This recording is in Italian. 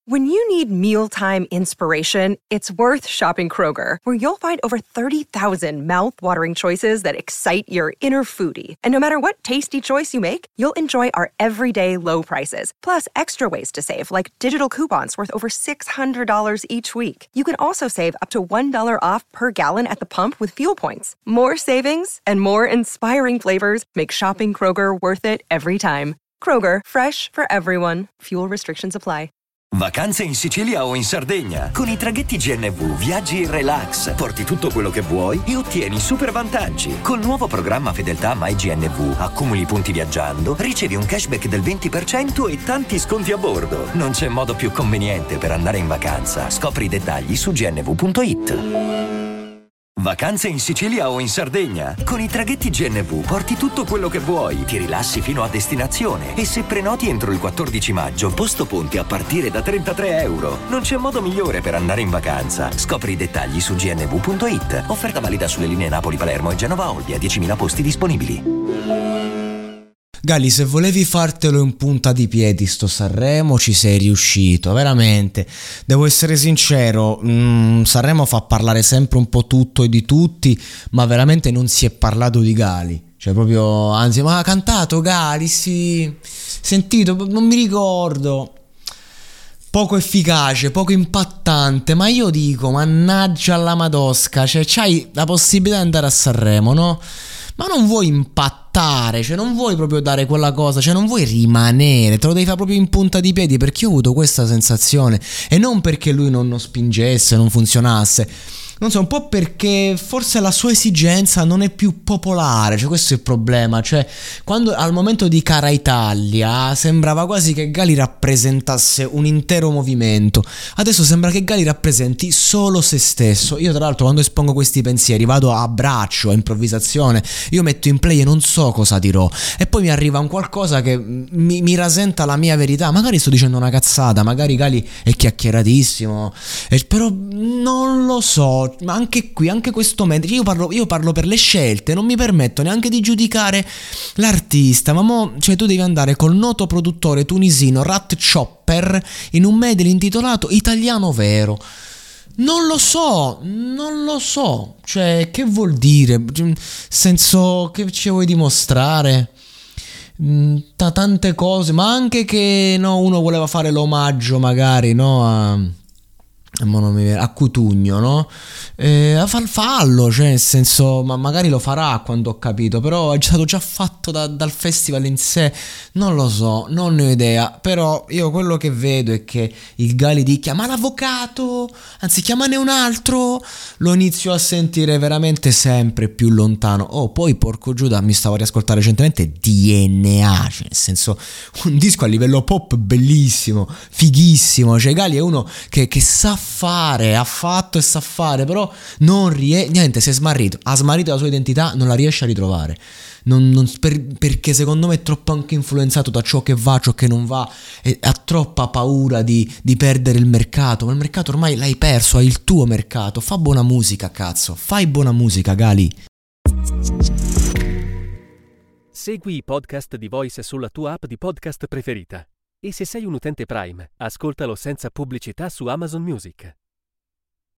When you need mealtime inspiration, it's worth shopping Kroger, where you'll find over 30,000 mouth-watering choices that excite your inner foodie. And no matter what tasty choice you make, you'll enjoy our everyday low prices, plus extra ways to save, like digital coupons worth over $600 each week. You can also save up to $1 off per gallon at the pump with fuel points. More savings and more inspiring flavors make shopping Kroger worth it every time. Kroger, fresh for everyone. Fuel restrictions apply. Vacanze in Sicilia o in Sardegna. Con i traghetti GNV viaggi in relax, porti tutto quello che vuoi e ottieni super vantaggi. Col nuovo programma Fedeltà MyGNV accumuli punti viaggiando, ricevi un cashback del 20% e tanti sconti a bordo. Non c'è modo più conveniente per andare in vacanza. Scopri i dettagli su gnv.it. Vacanze in Sicilia o in Sardegna. Con i traghetti GNV porti tutto quello che vuoi, ti rilassi fino a destinazione e se prenoti entro il 14 maggio, posto ponti a partire da €33. Non c'è modo migliore per andare in vacanza. Scopri i dettagli su gnv.it. Offerta valida sulle linee Napoli-Palermo e Genova-Olbia, 10.000 posti disponibili. Gali, se volevi fartelo in punta di piedi sto Sanremo ci sei riuscito, veramente. Devo essere sincero, Sanremo fa parlare sempre un po' tutto e di tutti, ma veramente non si è parlato di Gali. Cioè proprio, anzi, ma ha cantato Gali, sì, sentito, non mi ricordo. Poco efficace, poco impattante, ma io dico, mannaggia alla Madosca, cioè c'hai la possibilità di andare a Sanremo, no? Ma non vuoi impattare, cioè non vuoi proprio dare quella cosa, cioè non vuoi rimanere, te lo devi fare proprio in punta di piedi, perché io ho avuto questa sensazione e non perché lui non spingesse, non funzionasse. Non so, un po' perché forse la sua esigenza non è più popolare, cioè questo è il problema, cioè quando al momento di Cara Italia sembrava quasi che Gali rappresentasse un intero movimento, adesso sembra che Gali rappresenti solo se stesso. Io tra l'altro quando espongo questi pensieri vado a braccio, a improvvisazione, io metto in play e non so cosa dirò e poi mi arriva un qualcosa che mi rasenta la mia verità, magari sto dicendo una cazzata, magari Gali è chiacchieratissimo, però non lo so. Ma anche qui, anche questo mentre io parlo per le scelte, non mi permetto neanche di giudicare l'artista, ma cioè tu devi andare col noto produttore tunisino Rat Chopper in un medley intitolato Italiano Vero. Non lo so, cioè che vuol dire? Senso, che ci vuoi dimostrare? Tante cose, ma anche che no, uno voleva fare l'omaggio magari, no, a Cutugno, no? Fallo, cioè nel senso, ma magari lo farà quando ho capito, però è stato già fatto dal festival in sé, non lo so, non ne ho idea, però io quello che vedo è che il Gali di chiama l'avvocato, anzi chiamane un altro, lo inizio a sentire veramente sempre più lontano. Oh, poi porco Giuda, mi stavo a riascoltare recentemente DNA, cioè nel senso un disco a livello pop bellissimo, fighissimo, cioè Gali è uno che sa fare, ha fatto e sa fare, però niente, si è smarrito, ha smarrito la sua identità, non la riesce a ritrovare, perché secondo me è troppo anche influenzato da ciò che va, ciò che non va, e ha troppa paura di perdere il mercato, ma il mercato ormai l'hai perso, hai il tuo mercato, fa buona musica, cazzo, fai buona musica, Gali. Segui i podcast di Voice sulla tua app di podcast preferita. E se sei un utente Prime, ascoltalo senza pubblicità su Amazon Music.